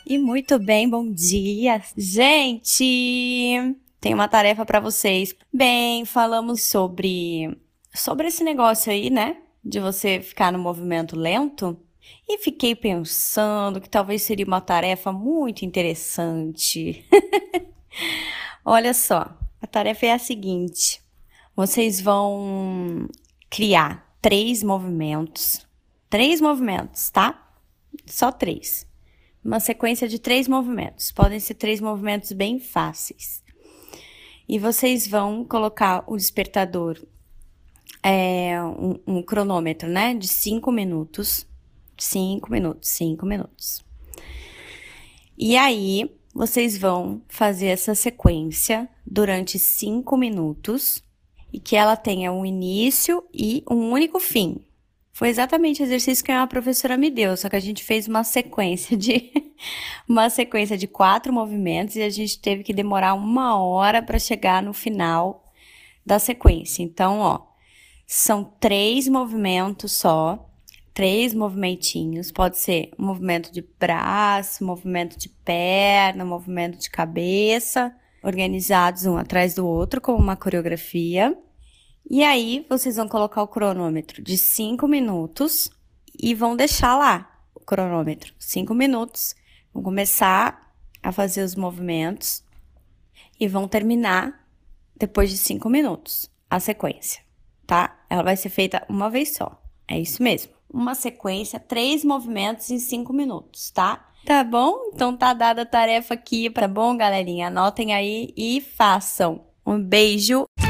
E muito bem, bom dia. Gente, tem uma tarefa para vocês. Bem, falamos sobre esse negócio aí, né? De você ficar no movimento lento. E fiquei pensando que talvez seria uma tarefa muito interessante. Olha só, a tarefa é a seguinte: vocês vão criar três movimentos, tá? Só três. Uma sequência de 3 movimentos. Podem ser 3 movimentos bem fáceis. E vocês vão colocar o despertador, um cronômetro, né? De 5 minutos. 5 minutos, 5 minutos. E aí, vocês vão fazer essa sequência durante 5 minutos e que ela tenha um início e um único fim. Foi exatamente o exercício que a professora me deu, só que a gente fez uma sequência de 4 movimentos e a gente teve que demorar 1 hora para chegar no final da sequência. Então, ó, são 3 movimentos só, 3 movimentinhos. Pode ser um movimento de braço, movimento de perna, movimento de cabeça, organizados um atrás do outro, como uma coreografia. E aí, vocês vão colocar o cronômetro de 5 minutos e vão deixar lá o cronômetro. 5 minutos. Vão começar a fazer os movimentos e vão terminar depois de 5 minutos a sequência, tá? Ela vai ser feita uma vez só. É isso mesmo. Uma sequência, 3 movimentos em 5 minutos, tá? Tá bom? Então tá dada a tarefa aqui, tá bom, galerinha? Anotem aí e façam. Um beijo!